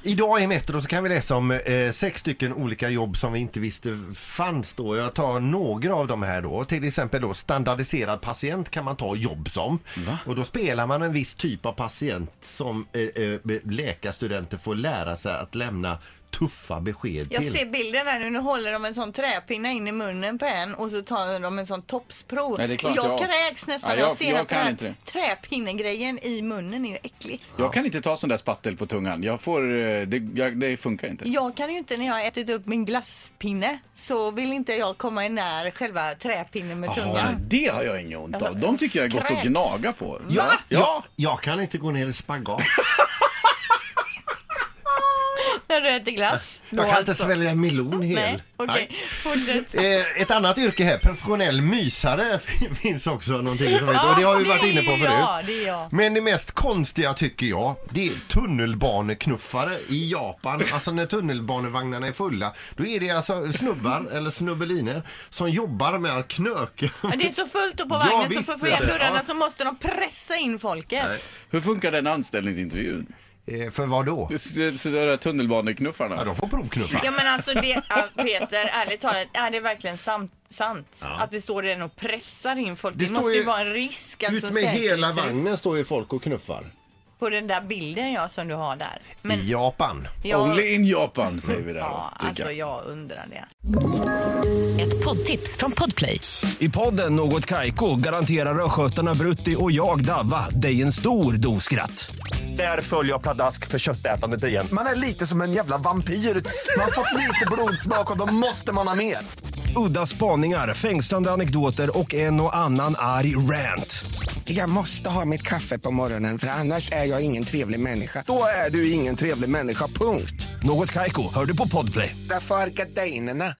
Idag i Metro så kan vi läsa om 6 stycken olika jobb som vi inte visste fanns då. Jag tar några av dem här då. Till exempel då standardiserad patient kan man ta jobb som. Va? Och då spelar man en viss typ av patient som läkarstudenter får lära sig att lämna tuffa besked till. Jag ser bilden där nu. Nu håller de en sån träpinna in i munnen på en och så tar de en sån toppsprov. Ja, och jag kräks nästan. Ja, jag kan inte det. Träpinnegrejen i munnen är ju äcklig. Jag kan inte ta sån där spattel på tungan. Jag får, det funkar inte. Jag kan ju inte, när jag har ätit upp min glasspinne så vill inte jag komma i när själva träpinnen med tungan. Det har jag ingen ont av. De tycker jag är gott att gnaga på. Ja. Jag kan inte gå ner i spagat. När du äter glass. Jag kan inte svälja melon hel. Nej, okej. Fortsätt. Ett annat yrke här, professionell mysare finns också någonting som heter, och det har vi varit inne på förut. Ja, det är jag. Men det mest konstiga tycker jag, det är tunnelbaneknuffare i Japan. Alltså när tunnelbanevagnarna är fulla, då är det alltså snubbar eller snubbeliner som jobbar med att knöka. Ja, det är så fullt upp på vagnen så för att få igen dörrarna så måste de pressa in folket. Nej. Hur funkar den anställningsintervjun? För vad då? Så där tunnelbaneknuffarna. Ja, de får provknuffa. Ja, men alltså det, Peter, ärligt talat, är det verkligen sant? Ja. Att det står den och pressar in folk? Det måste ju vara en risk. Alltså, ut med hela vagnen står ju folk och knuffar. På den där bilden som du har där. Men, i Japan. Only in Japan säger vi där. Ja, alltså jag undrar det. Ett poddtips från Podplay. I podden Något Kaiko garanterar röskötarna Brutti och jag Davva dig en stor doskratt. Där följer jag pladask för köttätandet igen. Man är lite som en jävla vampyr. Man har fått lite blodsmak och då måste man ha mer. Udda spaningar, fängslande anekdoter och en och annan arg rant. Jag måste ha mitt kaffe på morgonen för annars är jag ingen trevlig människa. Då är du ingen trevlig människa, punkt. Något Kaiko, hör du på Podplay. Därför är gardinerna.